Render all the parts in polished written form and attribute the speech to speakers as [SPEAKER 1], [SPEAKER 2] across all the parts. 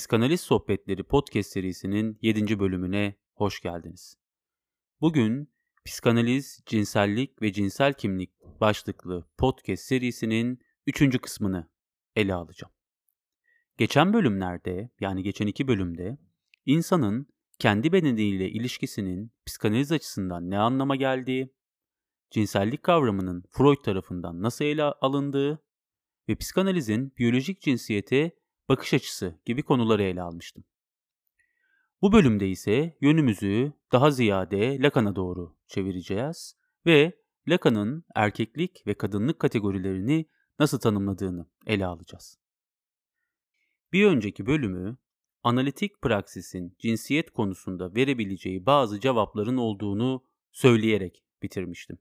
[SPEAKER 1] Psikanaliz Sohbetleri podcast serisinin 7. bölümüne hoş geldiniz. Bugün psikanaliz, cinsellik ve cinsel kimlik başlıklı podcast serisinin 3. kısmını ele alacağım. Geçen bölümlerde, yani geçen 2 bölümde insanın kendi bedeniyle ilişkisinin psikanaliz açısından ne anlama geldiği, cinsellik kavramının Freud tarafından nasıl ele alındığı ve psikanalizin biyolojik cinsiyete bakış açısı gibi konuları ele almıştım. Bu bölümde ise yönümüzü daha ziyade Lacan'a doğru çevireceğiz ve Lacan'ın erkeklik ve kadınlık kategorilerini nasıl tanımladığını ele alacağız. Bir önceki bölümü analitik praksisin cinsiyet konusunda verebileceği bazı cevapların olduğunu söyleyerek bitirmiştim.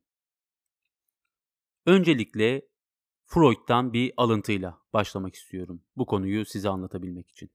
[SPEAKER 1] Öncelikle Freud'dan bir alıntıyla başlamak istiyorum bu konuyu size anlatabilmek için.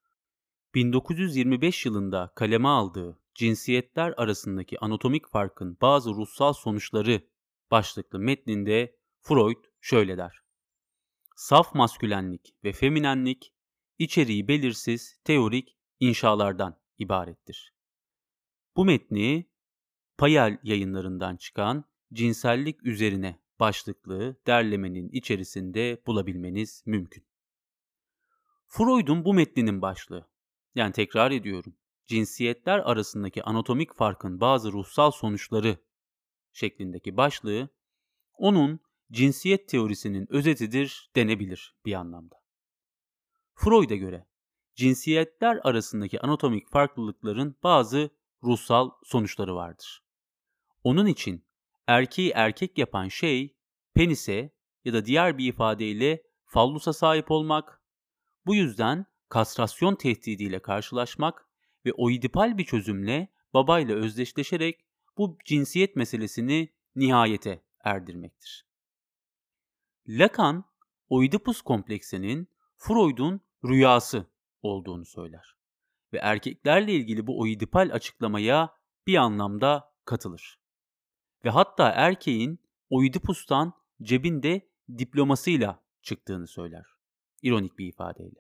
[SPEAKER 1] 1925 yılında kaleme aldığı Cinsiyetler Arasındaki Anatomik Farkın Bazı Ruhsal Sonuçları başlıklı metninde Freud şöyle der. Saf maskülenlik ve feminenlik, içeriği belirsiz teorik inşalardan ibarettir. Bu metni Payel yayınlarından çıkan Cinsellik Üzerine başlıklı derlemenin içerisinde bulabilmeniz mümkün. Freud'un bu metninin başlığı, yani tekrar ediyorum, cinsiyetler arasındaki anatomik farkın bazı ruhsal sonuçları şeklindeki başlığı, onun cinsiyet teorisinin özetidir denebilir bir anlamda. Freud'a göre cinsiyetler arasındaki anatomik farklılıkların bazı ruhsal sonuçları vardır. Onun için erkeği erkek yapan şey penise ya da diğer bir ifadeyle fallusa sahip olmak, bu yüzden kastrasyon tehdidiyle karşılaşmak ve oidipal bir çözümle babayla özdeşleşerek bu cinsiyet meselesini nihayete erdirmektir. Lacan, Oidipus kompleksinin Freud'un rüyası olduğunu söyler ve erkeklerle ilgili bu oidipal açıklamaya bir anlamda katılır. Ve hatta erkeğin Oidipus'tan cebinde diplomasıyla çıktığını söyler. İronik bir ifadeyle.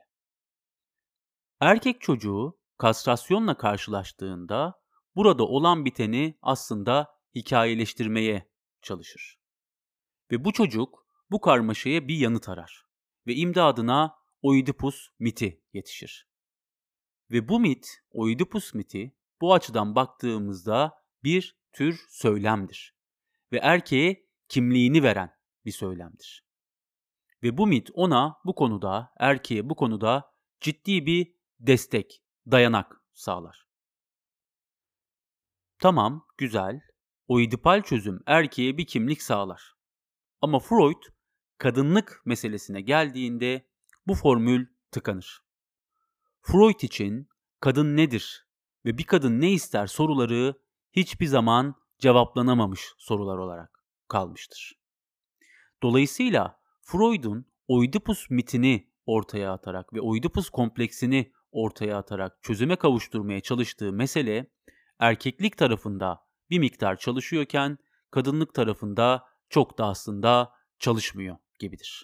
[SPEAKER 1] Erkek çocuğu kastrasyonla karşılaştığında burada olan biteni aslında hikayeleştirmeye çalışır. Ve bu çocuk bu karmaşaya bir yanıt arar ve imdadına Oidipus miti yetişir. Ve bu mit, Oidipus miti, bu açıdan baktığımızda bir tür söylemdir ve erkeğe kimliğini veren bir söylemdir. Ve bu mit ona bu konuda, erkeğe bu konuda ciddi bir destek, dayanak sağlar. Tamam, güzel. Oidipal çözüm erkeğe bir kimlik sağlar. Ama Freud, kadınlık meselesine geldiğinde bu formül tıkanır. Freud için kadın nedir ve bir kadın ne ister soruları hiçbir zaman cevaplanamamış sorular olarak kalmıştır. Dolayısıyla Freud'un Oidipus mitini ortaya atarak ve Oidipus kompleksini ortaya atarak çözüme kavuşturmaya çalıştığı mesele erkeklik tarafında bir miktar çalışıyorken kadınlık tarafında çok da aslında çalışmıyor gibidir.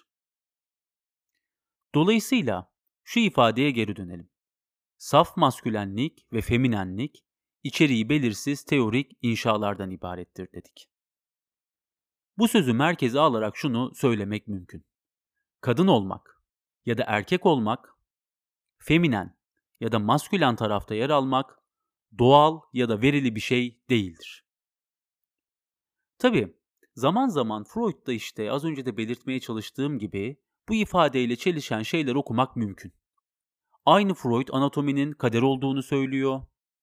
[SPEAKER 1] Dolayısıyla şu ifadeye geri dönelim. Saf maskülenlik ve feminenlik içeriği belirsiz teorik inşalardan ibarettir dedik. Bu sözü merkeze alarak şunu söylemek mümkün. Kadın olmak ya da erkek olmak, feminen ya da maskülen tarafta yer almak doğal ya da verili bir şey değildir. Tabii zaman zaman Freud'da işte az önce de belirtmeye çalıştığım gibi bu ifadeyle çelişen şeyler okumak mümkün. Aynı Freud anatominin kader olduğunu söylüyor.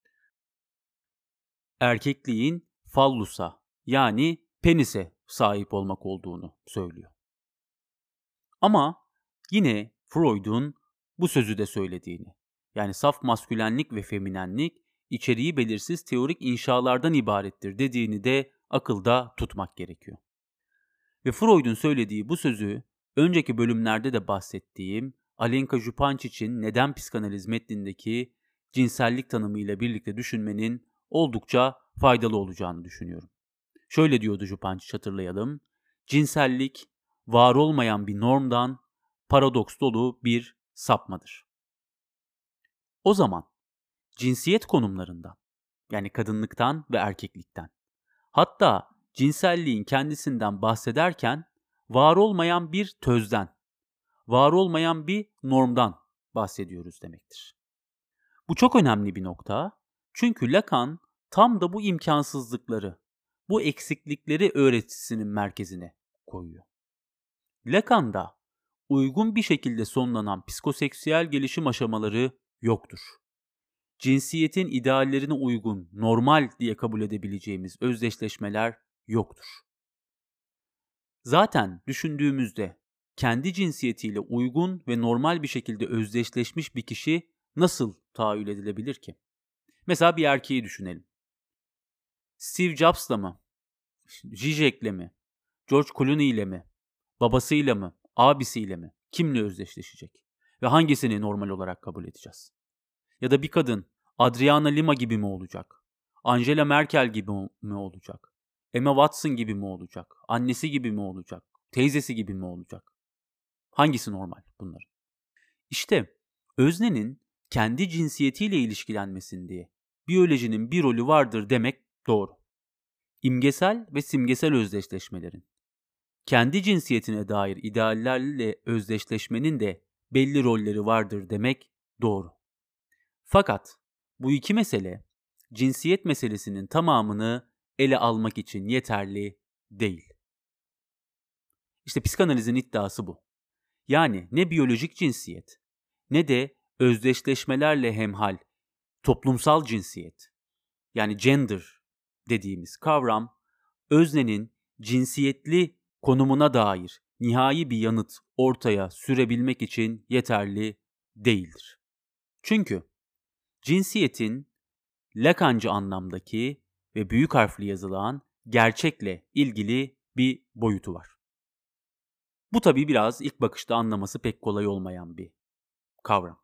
[SPEAKER 1] Erkekliğin fallusa yani penise sahip olmak olduğunu söylüyor. Ama yine Freud'un bu sözü de söylediğini, yani saf maskülenlik ve feminenlik içeriği belirsiz teorik inşalardan ibarettir dediğini de akılda tutmak gerekiyor. Ve Freud'un söylediği bu sözü önceki bölümlerde de bahsettiğim Alenka Jupancic'in Neden Psikanaliz metnindeki cinsellik tanımıyla birlikte düşünmenin oldukça faydalı olacağını düşünüyorum. Şöyle diyordu Jupancic, hatırlayalım. Cinsellik var olmayan bir normdan paradoks dolu bir sapmadır. O zaman cinsiyet konumlarından, yani kadınlıktan ve erkeklikten, hatta cinselliğin kendisinden bahsederken var olmayan bir tözden, var olmayan bir normdan bahsediyoruz demektir. Bu çok önemli bir nokta, çünkü Lacan tam da bu imkansızlıkları, bu eksiklikleri öğretisinin merkezine koyuyor. Lacan'da uygun bir şekilde sonlanan psikoseksüel gelişim aşamaları yoktur. Cinsiyetin ideallerine uygun, normal diye kabul edebileceğimiz özdeşleşmeler yoktur. Zaten düşündüğümüzde kendi cinsiyetiyle uygun ve normal bir şekilde özdeşleşmiş bir kişi nasıl tahayyül edilebilir ki? Mesela bir erkeği düşünelim. Steve Jobs'la mı? Zizek'le mi? George Clooney ile mi? Babasıyla mı? Abisiyle mi? Kimle özdeşleşecek? Ve hangisini normal olarak kabul edeceğiz? Ya da bir kadın Adriana Lima gibi mi olacak? Angela Merkel gibi mi olacak? Emma Watson gibi mi olacak? Annesi gibi mi olacak? Teyzesi gibi mi olacak? Hangisi normal bunların? İşte öznenin kendi cinsiyetiyle ilişkilenmesinde biyolojinin bir rolü vardır demek doğru. İmgesel ve simgesel özdeşleşmelerin, kendi cinsiyetine dair ideallerle özdeşleşmenin de belli rolleri vardır demek doğru. Fakat bu iki mesele cinsiyet meselesinin tamamını ele almak için yeterli değil. İşte psikanalizin iddiası bu. Yani ne biyolojik cinsiyet ne de özdeşleşmelerle hemhal toplumsal cinsiyet, yani gender dediğimiz kavram, öznenin cinsiyetli konumuna dair nihai bir yanıt ortaya sürebilmek için yeterli değildir. Çünkü cinsiyetin Lacancı anlamdaki ve büyük harfli yazılan gerçekle ilgili bir boyutu var. Bu tabii biraz ilk bakışta anlaması pek kolay olmayan bir kavram.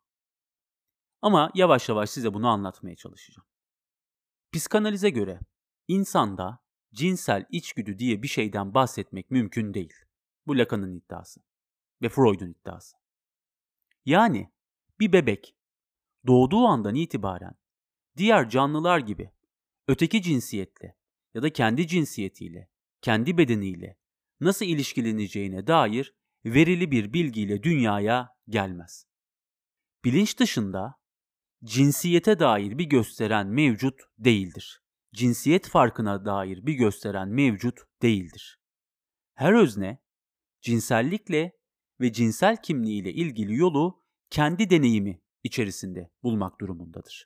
[SPEAKER 1] Ama yavaş yavaş size bunu anlatmaya çalışacağım. Psikanalize göre insanda cinsel içgüdü diye bir şeyden bahsetmek mümkün değil. Bu Lacan'ın iddiası ve Freud'un iddiası. Yani bir bebek doğduğu andan itibaren diğer canlılar gibi öteki cinsiyetle ya da kendi cinsiyetiyle, kendi bedeniyle nasıl ilişkileneceğine dair verili bir bilgiyle dünyaya gelmez. Bilinç dışında cinsiyete dair bir gösteren mevcut değildir. Cinsiyet farkına dair bir gösteren mevcut değildir. Her özne cinsellikle ve cinsel kimliğiyle ilgili yolu kendi deneyimi içerisinde bulmak durumundadır.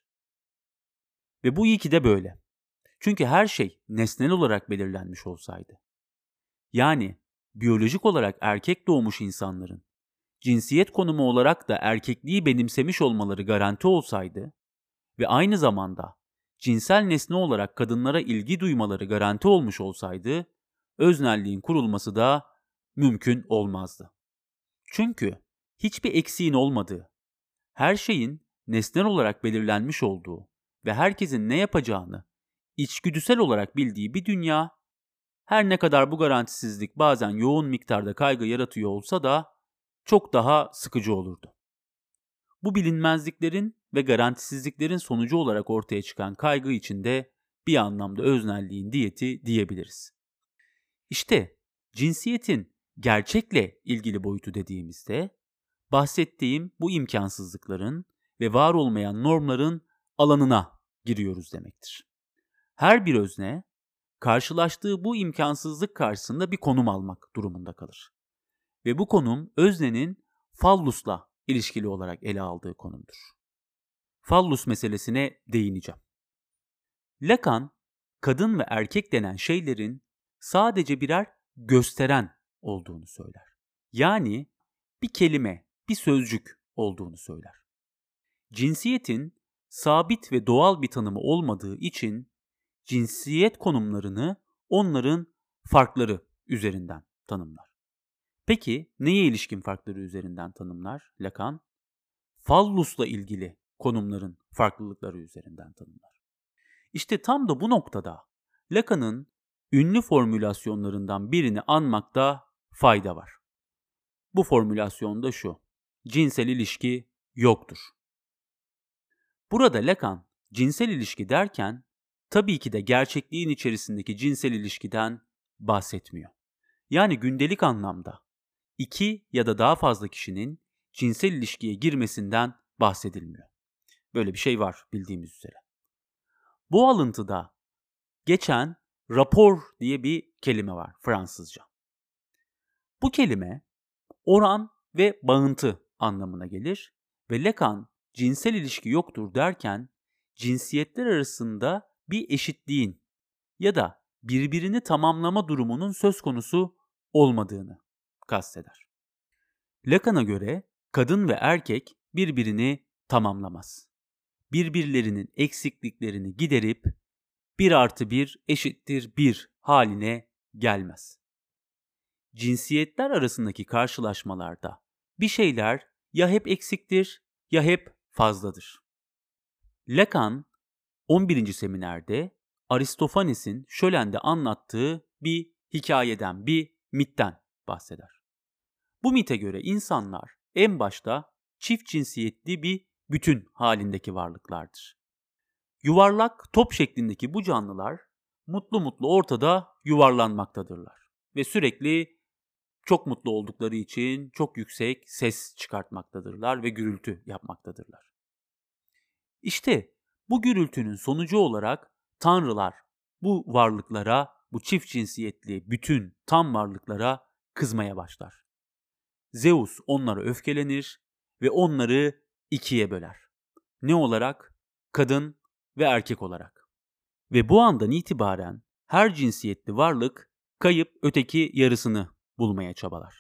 [SPEAKER 1] Ve bu iyi ki de böyle. Çünkü her şey nesnel olarak belirlenmiş olsaydı, yani biyolojik olarak erkek doğmuş insanların cinsiyet konumu olarak da erkekliği benimsemiş olmaları garanti olsaydı ve aynı zamanda cinsel nesne olarak kadınlara ilgi duymaları garanti olmuş olsaydı, öznelliğin kurulması da mümkün olmazdı. Çünkü hiçbir eksiğin olmadığı, her şeyin nesnel olarak belirlenmiş olduğu ve herkesin ne yapacağını içgüdüsel olarak bildiği bir dünya, her ne kadar bu garantisizlik bazen yoğun miktarda kaygı yaratıyor olsa da çok daha sıkıcı olurdu. Bu bilinmezliklerin ve garantisizliklerin sonucu olarak ortaya çıkan kaygı içinde bir anlamda öznelliğin diyeti diyebiliriz. İşte cinsiyetin gerçekle ilgili boyutu dediğimizde bahsettiğim bu imkansızlıkların ve var olmayan normların alanına giriyoruz demektir. Her bir özne karşılaştığı bu imkansızlık karşısında bir konum almak durumunda kalır. Ve bu konum öznenin fallusla ilişkili olarak ele aldığı konumdur. Fallus meselesine değineceğim. Lacan, kadın ve erkek denen şeylerin sadece birer gösteren olduğunu söyler. Yani bir kelime, bir sözcük olduğunu söyler. Cinsiyetin sabit ve doğal bir tanımı olmadığı için cinsiyet konumlarını onların farkları üzerinden tanımlar. Peki neye ilişkin farkları üzerinden tanımlar Lacan? Fallusla ilgili konumların farklılıkları üzerinden tanımlar. İşte tam da bu noktada Lacan'ın ünlü formülasyonlarından birini anmakta fayda var. Bu formülasyon da şu: cinsel ilişki yoktur. Burada Lacan cinsel ilişki derken tabii ki de gerçekliğin içerisindeki cinsel ilişkiden bahsetmiyor. Yani gündelik anlamda iki ya da daha fazla kişinin cinsel ilişkiye girmesinden bahsedilmiyor. Böyle bir şey var bildiğimiz üzere. Bu alıntıda geçen rapor diye bir kelime var Fransızca. Bu kelime oran ve bağıntı anlamına gelir ve Lacan cinsel ilişki yoktur derken cinsiyetler arasında bir eşitliğin ya da birbirini tamamlama durumunun söz konusu olmadığını kasteder. Lacan'a göre kadın ve erkek birbirini tamamlamaz. Birbirlerinin eksikliklerini giderip 1+1 eşittir 1 haline gelmez. Cinsiyetler arasındaki karşılaşmalarda bir şeyler ya hep eksiktir ya hep fazladır. Lacan 11. seminerde Aristofanes'in Şölen'de anlattığı bir hikayeden, bir mitten bahseder. Bu mite göre insanlar en başta çift cinsiyetli bir bütün halindeki varlıklardır. Yuvarlak top şeklindeki bu canlılar mutlu mutlu ortada yuvarlanmaktadırlar ve sürekli çok mutlu oldukları için çok yüksek ses çıkartmaktadırlar ve gürültü yapmaktadırlar. İşte bu gürültünün sonucu olarak tanrılar bu varlıklara, bu çift cinsiyetli bütün tam varlıklara kızmaya başlar. Zeus onlara öfkelenir ve onları ikiye böler. Ne olarak? Kadın ve erkek olarak. Ve bu andan itibaren her cinsiyetli varlık kayıp öteki yarısını bulmaya çabalar.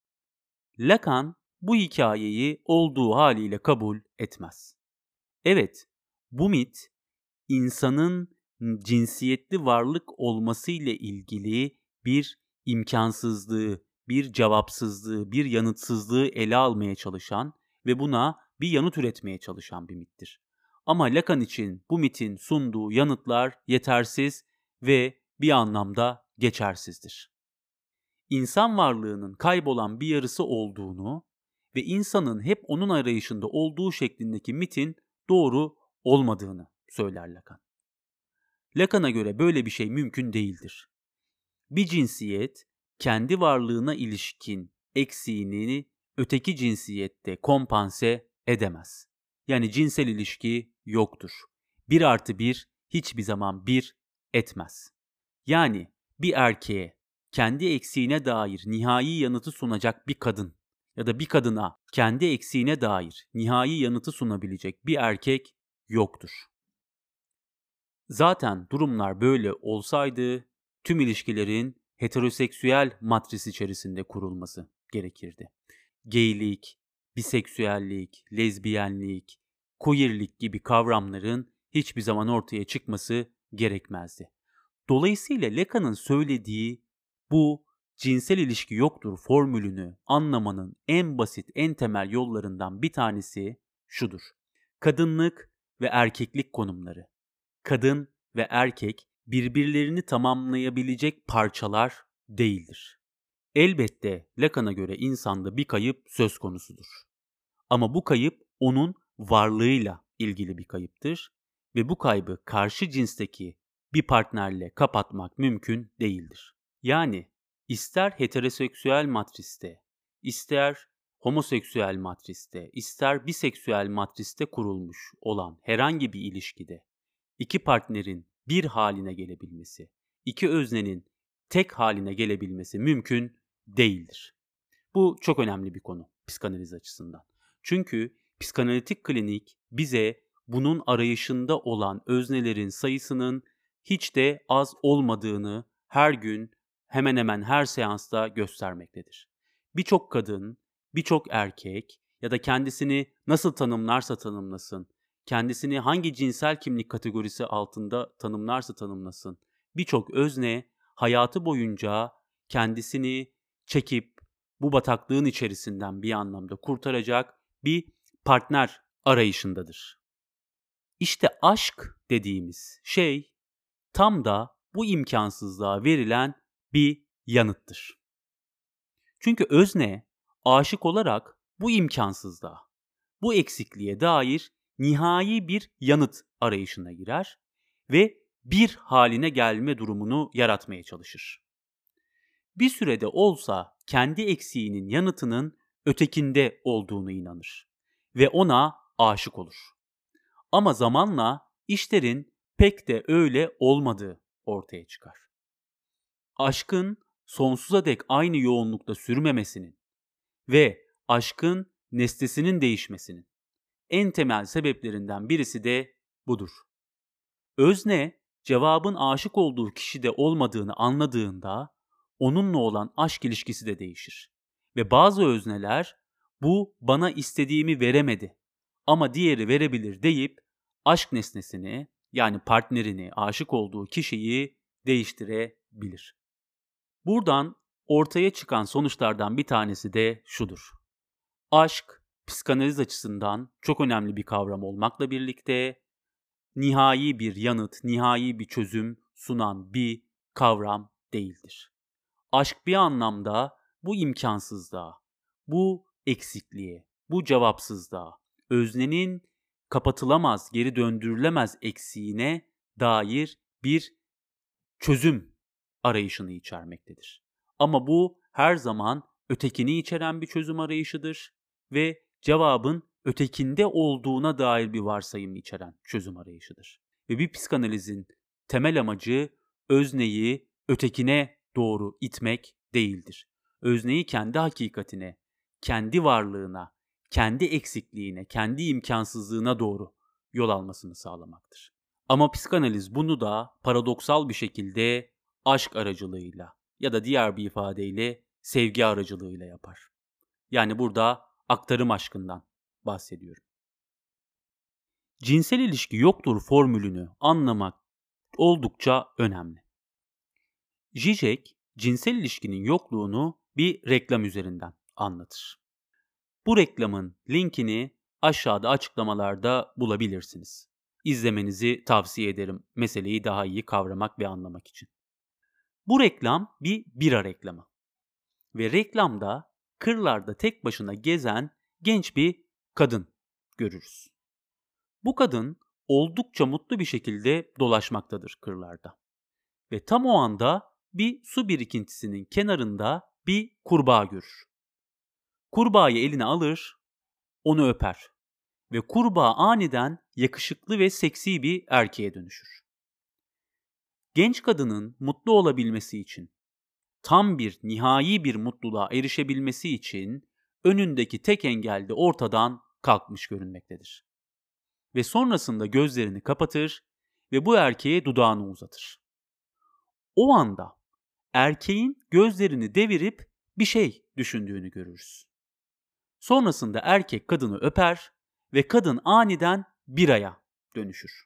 [SPEAKER 1] Lacan bu hikayeyi olduğu haliyle kabul etmez. Evet, bu mit insanın cinsiyetli varlık olması ile ilgili bir imkansızlığı, bir cevapsızlığı, bir yanıtsızlığı ele almaya çalışan ve buna bir yanıt üretmeye çalışan bir mittir. Ama Lacan için bu mitin sunduğu yanıtlar yetersiz ve bir anlamda geçersizdir. İnsan varlığının kaybolan bir yarısı olduğunu ve insanın hep onun arayışında olduğu şeklindeki mitin doğru olmadığını söyler Lacan. Lacan'a göre böyle bir şey mümkün değildir. Bir cinsiyet kendi varlığına ilişkin eksiğini öteki cinsiyette kompanse edemez. Yani cinsel ilişki yoktur. 1+1 hiçbir zaman 1 etmez. Yani bir erkeğe kendi eksiğine dair nihai yanıtı sunacak bir kadın ya da bir kadına kendi eksiğine dair nihai yanıtı sunabilecek bir erkek yoktur. Zaten durumlar böyle olsaydı tüm ilişkilerin heteroseksüel matris içerisinde kurulması gerekirdi. Geylik, biseksüellik, lezbiyenlik, queerlik gibi kavramların hiçbir zaman ortaya çıkması gerekmezdi. Dolayısıyla Lacan'ın söylediği bu cinsel ilişki yoktur formülünü anlamanın en basit, en temel yollarından bir tanesi şudur. Kadınlık ve erkeklik konumları. Kadın ve erkek birbirlerini tamamlayabilecek parçalar değildir. Elbette Lacan'a göre insanda bir kayıp söz konusudur. Ama bu kayıp onun varlığıyla ilgili bir kayıptır ve bu kaybı karşı cinsteki bir partnerle kapatmak mümkün değildir. Yani ister heteroseksüel matriste, ister homoseksüel matriste, ister biseksüel matriste kurulmuş olan herhangi bir ilişkide iki partnerin bir haline gelebilmesi, iki öznenin tek haline gelebilmesi mümkün değildir. Bu çok önemli bir konu psikanaliz açısından. Çünkü psikanalitik klinik bize bunun arayışında olan öznelerin sayısının hiç de az olmadığını her gün hemen hemen her seansta göstermektedir. Birçok kadın, birçok erkek ya da kendisini nasıl tanımlarsa tanımlasın, kendisini hangi cinsel kimlik kategorisi altında tanımlarsa tanımlasın, birçok özne hayatı boyunca kendisini çekip bu bataklığın içerisinden bir anlamda kurtaracak bir partner arayışındadır. İşte aşk dediğimiz şey tam da bu imkansızlığa verilen bir yanıttır. Çünkü özne aşık olarak bu imkansızlığa, bu eksikliğe dair nihai bir yanıt arayışına girer ve bir haline gelme durumunu yaratmaya çalışır. Bir sürede olsa kendi eksiğinin yanıtının ötekinde olduğunu inanır ve ona aşık olur. Ama zamanla işlerin pek de öyle olmadığı ortaya çıkar. Aşkın sonsuza dek aynı yoğunlukta sürmemesinin ve aşkın nesnesinin değişmesinin en temel sebeplerinden birisi de budur. Özne, cevabın aşık olduğu kişide olmadığını anladığında onunla olan aşk ilişkisi de değişir. Ve bazı özneler bu bana istediğimi veremedi ama diğeri verebilir deyip aşk nesnesini yani partnerini, aşık olduğu kişiyi değiştirebilir. Buradan ortaya çıkan sonuçlardan bir tanesi de şudur. Aşk, psikanaliz açısından çok önemli bir kavram olmakla birlikte nihai bir yanıt, nihai bir çözüm sunan bir kavram değildir. Aşk bir anlamda bu imkansızlığa, bu eksikliğe, bu cevapsızlığa, öznenin kapatılamaz, geri döndürülemez eksiğine dair bir çözüm arayışını içermektedir. Ama bu her zaman ötekini içeren bir çözüm arayışıdır ve cevabın ötekinde olduğuna dair bir varsayım içeren çözüm arayışıdır. Ve bir psikanalizin temel amacı özneyi ötekine doğru itmek değildir. Özneyi kendi hakikatine, kendi varlığına, kendi eksikliğine, kendi imkansızlığına doğru yol almasını sağlamaktır. Ama psikanaliz bunu da paradoksal bir şekilde aşk aracılığıyla ya da diğer bir ifadeyle sevgi aracılığıyla yapar. Yani burada aktarım aşkından bahsediyorum. Cinsel ilişki yoktur formülünü anlamak oldukça önemli. Zizek, cinsel ilişkinin yokluğunu bir reklam üzerinden anlatır. Bu reklamın linkini aşağıda açıklamalarda bulabilirsiniz. İzlemenizi tavsiye ederim meseleyi daha iyi kavramak ve anlamak için. Bu reklam bir bira reklamı. Ve reklamda kırlarda tek başına gezen genç bir kadın görürüz. Bu kadın oldukça mutlu bir şekilde dolaşmaktadır kırlarda. Ve tam o anda bir su birikintisinin kenarında bir kurbağa görür. Kurbağayı eline alır, onu öper. Ve kurbağa aniden yakışıklı ve seksi bir erkeğe dönüşür. Genç kadının mutlu olabilmesi için, tam bir nihai bir mutluluğa erişebilmesi için önündeki tek engel de ortadan kalkmış görünmektedir. Ve sonrasında gözlerini kapatır ve bu erkeğe dudağını uzatır. O anda erkeğin gözlerini devirip bir şey düşündüğünü görürüz. Sonrasında erkek kadını öper ve kadın aniden biraya dönüşür.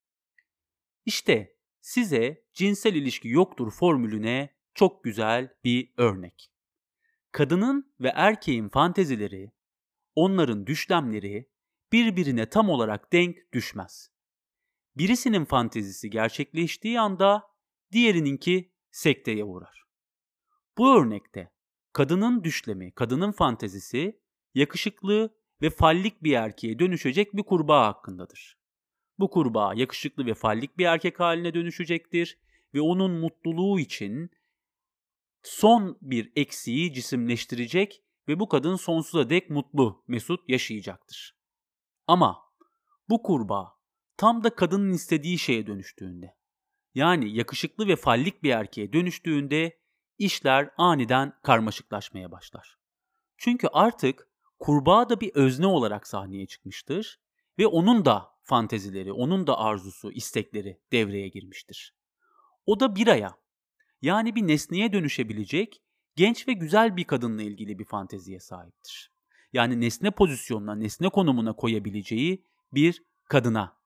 [SPEAKER 1] İşte size cinsel ilişki yoktur formülüne çok güzel bir örnek. Kadının ve erkeğin fantezileri, onların düşlemleri birbirine tam olarak denk düşmez. Birisinin fantezisi gerçekleştiği anda diğerininki sekteye uğrar. Bu örnekte kadının düşlemi, kadının fantezisi yakışıklı ve fallik bir erkeğe dönüşecek bir kurbağa hakkındadır. Bu kurbağa yakışıklı ve fallik bir erkek haline dönüşecektir ve onun mutluluğu için son bir eksiği cisimleştirecek ve bu kadın sonsuza dek mutlu, mesut yaşayacaktır. Ama bu kurbağa tam da kadının istediği şeye dönüştüğünde, yani yakışıklı ve fallik bir erkeğe dönüştüğünde işler aniden karmaşıklaşmaya başlar. Çünkü artık kurbağa da bir özne olarak sahneye çıkmıştır ve onun da fantezileri, onun da arzusu, istekleri devreye girmiştir. O da biraya, yani bir nesneye dönüşebilecek genç ve güzel bir kadınla ilgili bir fanteziye sahiptir. Yani nesne pozisyonuna, nesne konumuna koyabileceği bir kadına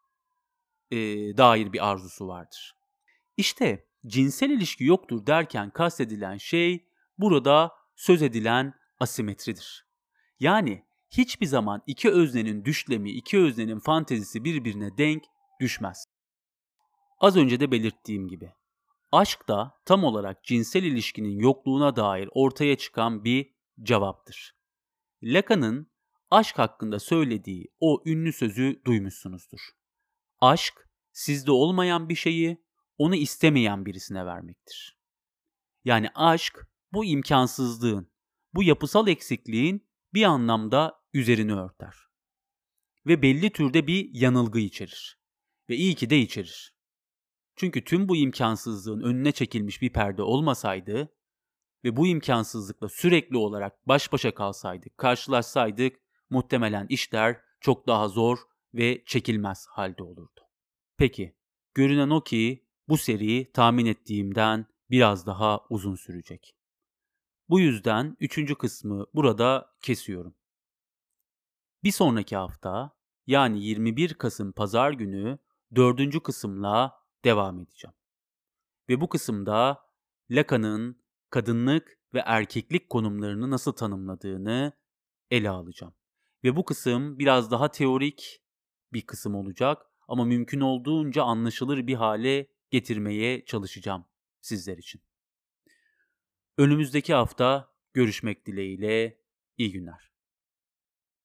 [SPEAKER 1] dair bir arzusu vardır. İşte cinsel ilişki yoktur derken kastedilen şey burada söz edilen asimetridir. Yani hiçbir zaman iki öznenin düşlemi, iki öznenin fantezisi birbirine denk düşmez. Az önce de belirttiğim gibi, aşk da tam olarak cinsel ilişkinin yokluğuna dair ortaya çıkan bir cevaptır. Lacan'ın aşk hakkında söylediği o ünlü sözü duymuşsunuzdur. Aşk, sizde olmayan bir şeyi onu istemeyen birisine vermektir. Yani aşk, bu imkansızlığın, bu yapısal eksikliğin bir anlamda üzerini örter. Ve belli türde bir yanılgı içerir. Ve iyi ki de içerir. Çünkü tüm bu imkansızlığın önüne çekilmiş bir perde olmasaydı ve bu imkansızlıkla sürekli olarak baş başa kalsaydık, karşılaşsaydık, muhtemelen işler çok daha zor ve çekilmez halde olurdu. Peki, görünen o ki bu seri tahmin ettiğimden biraz daha uzun sürecek. Bu yüzden 3. kısmı burada kesiyorum. Bir sonraki hafta, yani 21 Kasım Pazar günü 4. kısımla devam edeceğim. Ve bu kısımda Lacan'ın kadınlık ve erkeklik konumlarını nasıl tanımladığını ele alacağım. Ve bu kısım biraz daha teorik bir kısım olacak ama mümkün olduğunca anlaşılır bir hale getirmeye çalışacağım sizler için. Önümüzdeki hafta görüşmek dileğiyle, iyi günler.